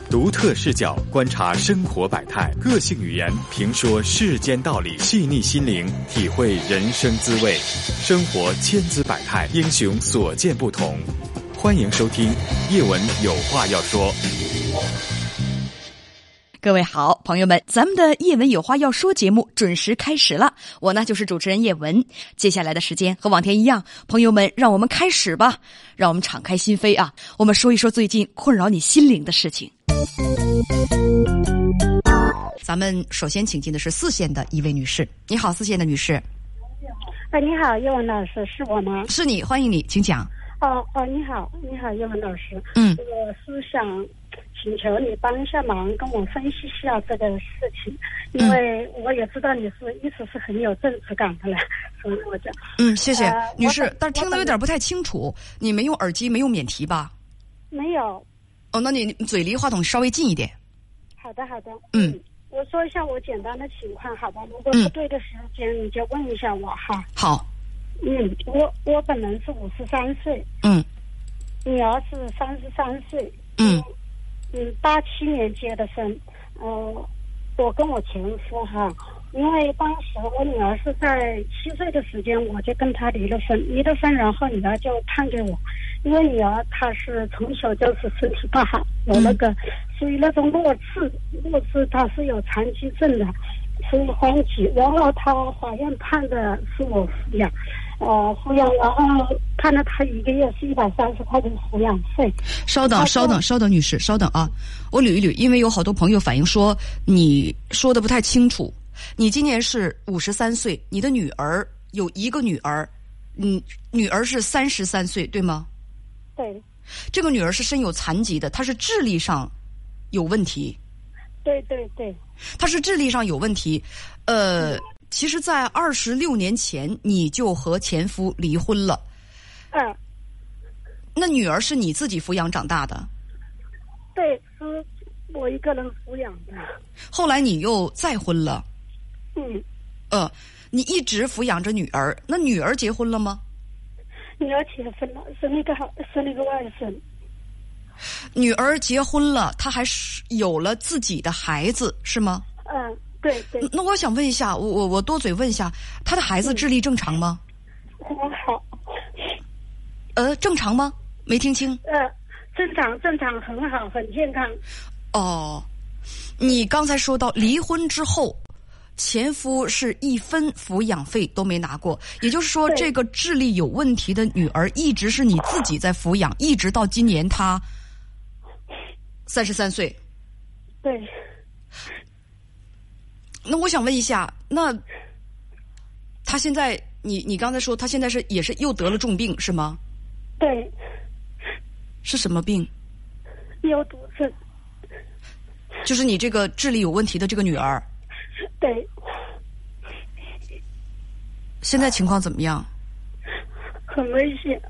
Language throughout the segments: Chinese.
独特视角观察生活百态，个性语言评说世间道理，细腻心灵体会人生滋味。生活千姿百态，英雄所见不同。欢迎收听叶文有话要说。 各位好，朋友们，咱们的叶文有话要说节目准时开始了。我呢就是主持人叶文。接下来的时间和往天一样，朋友们，让我们开始吧，让我们敞开心扉啊，我们说一说最近困扰你心灵的事情。咱们首先请进的是4线的一位女士。你好，4线的女士。 你好，叶文老师，是我吗？ 是你，欢迎你，请讲。 你好，叶文老师。我是想请求你帮一下忙，跟我分析一下这个事情，因为我也知道你一直是很有政治感的了，所以我讲。 谢谢女士，但是听得有点不太清楚，你没用耳机，没用免提吧？ 没有。 那你嘴离话筒稍微近一点。 好的。我说一下我简单的情况，好吧？如果不对的时间，你就问一下我哈。 好。 我本人是53岁。女儿是33岁。87年结的婚。我跟我前夫哈，因为当时我女儿是在7岁的时间，我就跟她离了婚，然后女儿就判给我，因为女儿她是从小就是身体不好，有那个属于那种弱智，她是有残疾症的，所以残疾，然后她法院判的是我抚养，然后判了她1个月是130块钱抚养费。 稍等，女士，稍等啊，我捋一捋，因为有好多朋友反映说你说的不太清楚。你今年是53岁，你的女儿有1个女儿，女儿是33岁，对吗？ 对。 这个女儿是身有残疾的，她是智力上有问题。 对。 她是智力上有问题。其实在26年前你就和前夫离婚了。那女儿是你自己抚养长大的？ 对，是我一个人抚养的。 后来你又再婚了？你一直抚养着女儿，那女儿结婚了吗？ 女儿结婚了，生了个外甥。 女儿结婚了，她还是有了自己的孩子，是吗？ 对。 那我想问一下，我多嘴问一下，她的孩子智力正常吗？ 很好。 正常吗？没听清。 正常，很好，很健康。 你刚才说到离婚之后，前夫是1分抚养费都没拿过，也就是说，这个智力有问题的女儿一直是你自己在抚养，一直到今年她33岁。 对。 那我想问一下，那她现在，你刚才说她现在也是又得了重病是吗？ 对。 是什么病？ 有毒症。 就是你这个智力有问题的这个女儿。 对。 现在情况怎么样？ 很危险。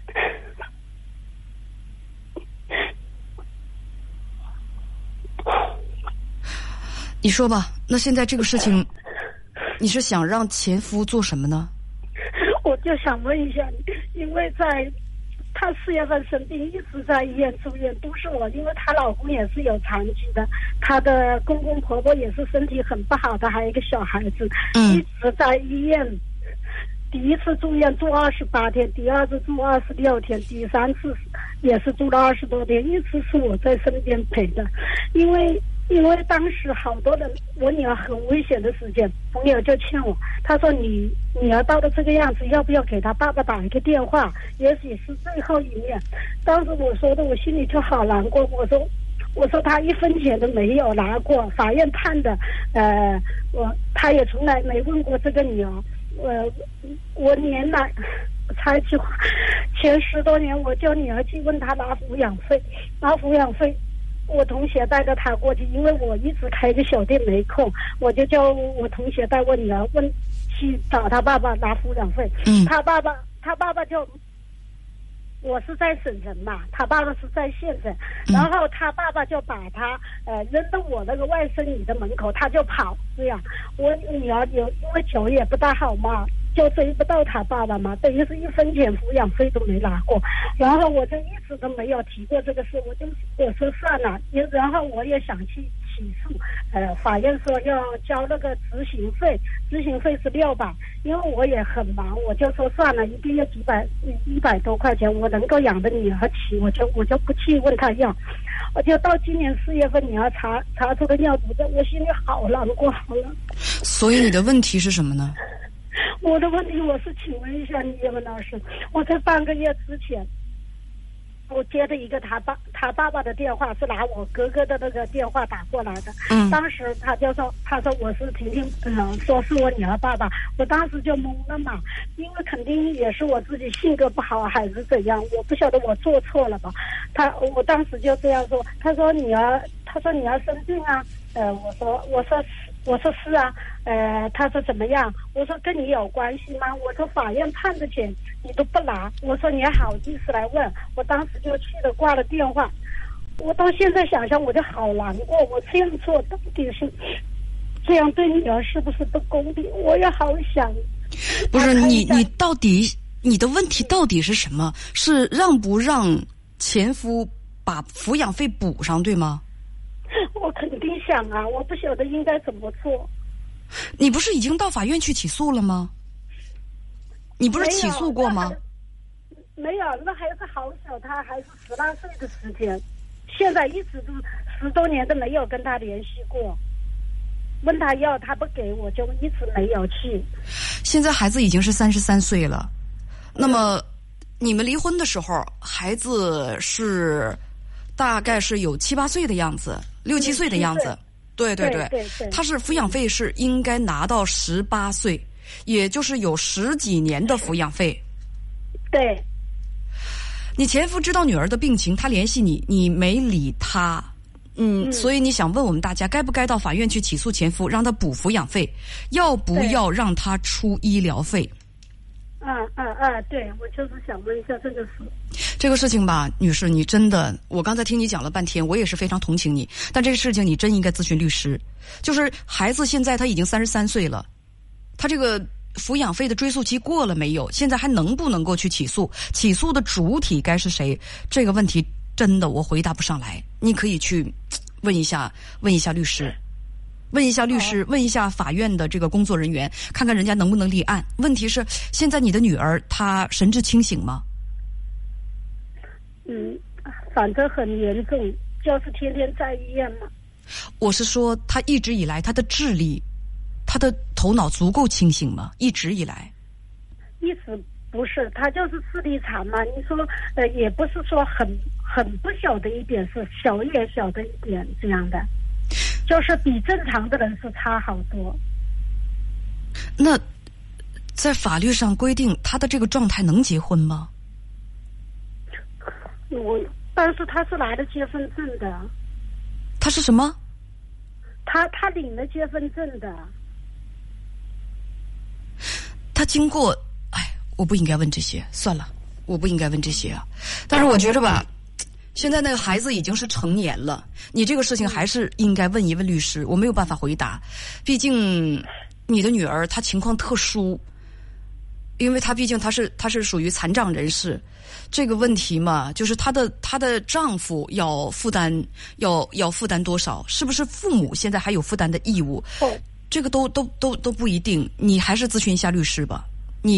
你说吧，那现在这个事情，你是想让前夫做什么呢？ 我就想问一下你，因为在她4月份生病，一直在医院住院，都是我，因为她老公也是有残疾的，她的公公婆婆也是身体很不好的，还有一个小孩子，一直在医院。第一次住院住28天，第2次住26天，第3次也是住了20多天，一直是我在身边陪的。因为当时好多人，我女儿很危险的时间，朋友就劝我，他说你女儿到了这个样子，要不要给她爸爸打一个电话，也许是最后一面。当时我说的，我心里就好难过，我说他1分钱都没有拿过，法院判的，他也从来没问过这个女儿。我年来才去前10多年，我叫女儿去问她拿抚养费，我同学带着她过去，因为我一直开个小店没空，我就叫我同学带我女儿去找她爸爸拿抚养费。她爸爸就，我是在省城嘛，她爸爸是在县城，然后她爸爸就把她扔到我那个外甥女的门口，她就跑。这样，我女儿因为脚也不大好嘛， 就追不到他爸爸嘛，等于是1分钱抚养费都没拿过。然后我就一直都没有提过这个事，我说算了，然后我也想去起诉，法院说要交那个执行费是600，因为我也很忙，我就说算了，一个月100多块钱，我能够养的女儿起，我就不去问他要。我就到今年4月份，你要查出个尿毒症，我心里好难过，好了。 所以你的问题是什么呢？ 我的问题是请问一下叶文老师，我在半个月之前，我接的一个他爸爸的电话，是拿我哥哥的那个电话打过来的。当时他说我是婷婷，说是我女儿爸爸，我当时就懵了嘛，因为肯定也是我自己性格不好还是怎样，我不晓得我做错了吧。我当时就这样说，他说女儿生病啊，我说是啊，他说怎么样？我说跟你有关系吗？我说法院判的钱你都不拿，我说你还好意思来问？我当时就气得挂了电话。我到现在想想我就好难过，我这样做到底是这样对女儿是不是不公平？我也好想。 不是你到底你的问题到底是什么？是让不让前夫把抚养费补上，对吗？ 我肯定想啊，我不晓得应该怎么做。 你不是已经到法院去起诉了吗？你不是起诉过吗？ 没有，那还是好小，他还是18岁的时间，现在一直都10多年都没有跟他联系过。问他要，他不给我，就一直没有去。 现在孩子已经是33岁了，那么你们离婚的时候，孩子是大概是有7、8岁的样子，6、7岁的样子。对，他是抚养费是应该拿到18岁，也就是有10几年的抚养费。 对。 你前夫知道女儿的病情，他联系你，你没理他。所以你想问我们大家，该不该到法院去起诉前夫，让他补抚养费，要不要让他出医疗费？ 对，我就是想问一下这个事情吧，女士，你真的，我刚才听你讲了半天，我也是非常同情你，但这个事情你真应该咨询律师。就是孩子现在他已经33岁了，他这个抚养费的追诉期过了没有？现在还能不能够去起诉？起诉的主体该是谁？这个问题真的我回答不上来，你可以去问一下律师。问一下律师，问一下法院的这个工作人员，看看人家能不能立案。问题是，现在你的女儿她神志清醒吗？ 反正很严重，就是天天在医院嘛。 我是说，她一直以来她的智力，她的头脑足够清醒吗？一直以来， 一直不是，她就是智力残嘛。你说，也不是说很不小的一点，是小也小的一点这样的。就是比正常的人是差好多。 那在法律上规定他的这个状态能结婚吗？ 但是他是拿了结婚证的。 他是什么？ 他领了结婚证的。 他经过，我不应该问这些，算了，我不应该问这些啊。但是我觉着吧。现在那个孩子已经是成年了，你这个事情还是应该问一问律师，我没有办法回答。毕竟你的女儿她情况特殊，因为她毕竟她是属于残障人士，这个问题嘛，就是她的丈夫要负担多少，是不是父母现在还有负担的义务？这个都不一定，你还是咨询一下律师吧。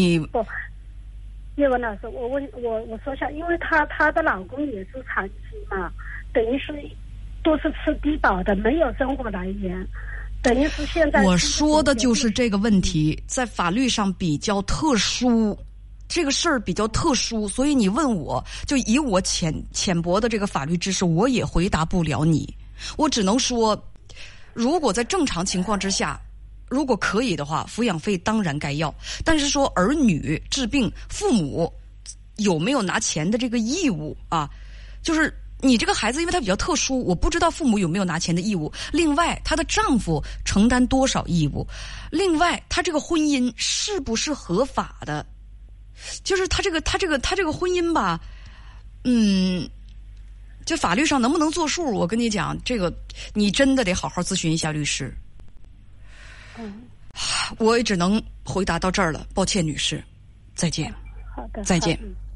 叶文老师，我说一下，因为她的老公也是残疾嘛，等于是都是吃低保的，没有生活来源，等于是现在我说的就是这个问题，在法律上比较特殊，这个事儿比较特殊，所以你问我就以我浅薄的这个法律知识，我也回答不了你，我只能说，如果在正常情况之下。如果可以的话，抚养费当然该要。但是说儿女治病，父母有没有拿钱的这个义务啊？就是你这个孩子，因为他比较特殊，我不知道父母有没有拿钱的义务。另外，她的丈夫承担多少义务？另外，她这个婚姻是不是合法的？就是她这个婚姻吧，就法律上能不能作数？我跟你讲，这个你真的得好好咨询一下律师。 我也只能回答到这儿了，抱歉，女士，再见。 好的， 再见。 好